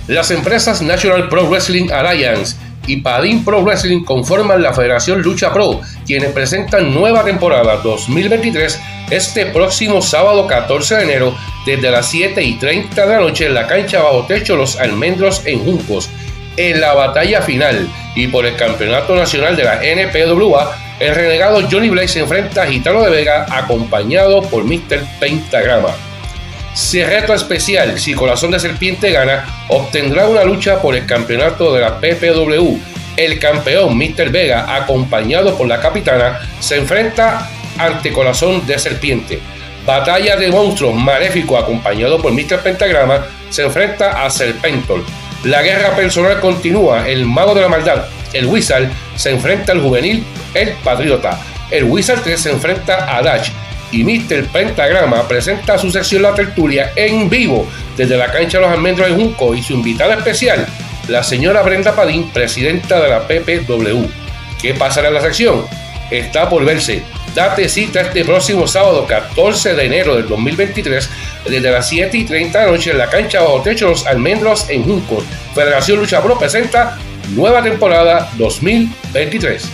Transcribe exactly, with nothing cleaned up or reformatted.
Las empresas National Pro Wrestling Alliance y Padim Pro Wrestling conforman la Federación Lucha Pro, quienes presentan nueva temporada dos mil veintitrés este próximo sábado catorce de enero desde las siete y treinta de la noche en la cancha bajo techo Los Almendros en Juncos. En la batalla final y por el campeonato nacional de la N P W A, el renegado Johnny Blaze se enfrenta a Gitano de Vega acompañado por míster Pentagrama. Si reto especial, si Corazón de Serpiente gana, obtendrá una lucha por el campeonato de la P P W. El campeón míster Vega, acompañado por la capitana, se enfrenta ante Corazón de Serpiente. Batalla de monstruos, Maléfico, acompañado por míster Pentagrama, se enfrenta a Serpentor. La guerra personal continúa. El mago de la maldad, el Wizard, se enfrenta al juvenil, el Patriota. El Wizard tres se enfrenta a Dash. Y míster Pentagrama presenta su sección La Tertulia en vivo desde la cancha de Los Almendros de Junco y su invitada especial, la señora Brenda Padín, presidenta de la P P W. ¿Qué pasará en la sección? Está por verse. Date cita este próximo sábado catorce de enero del dos mil veintitrés desde las siete y treinta de la noche en la cancha bajo techo Los Almendros en Junco. Federación Lucha Pro presenta nueva temporada dos mil veintitrés.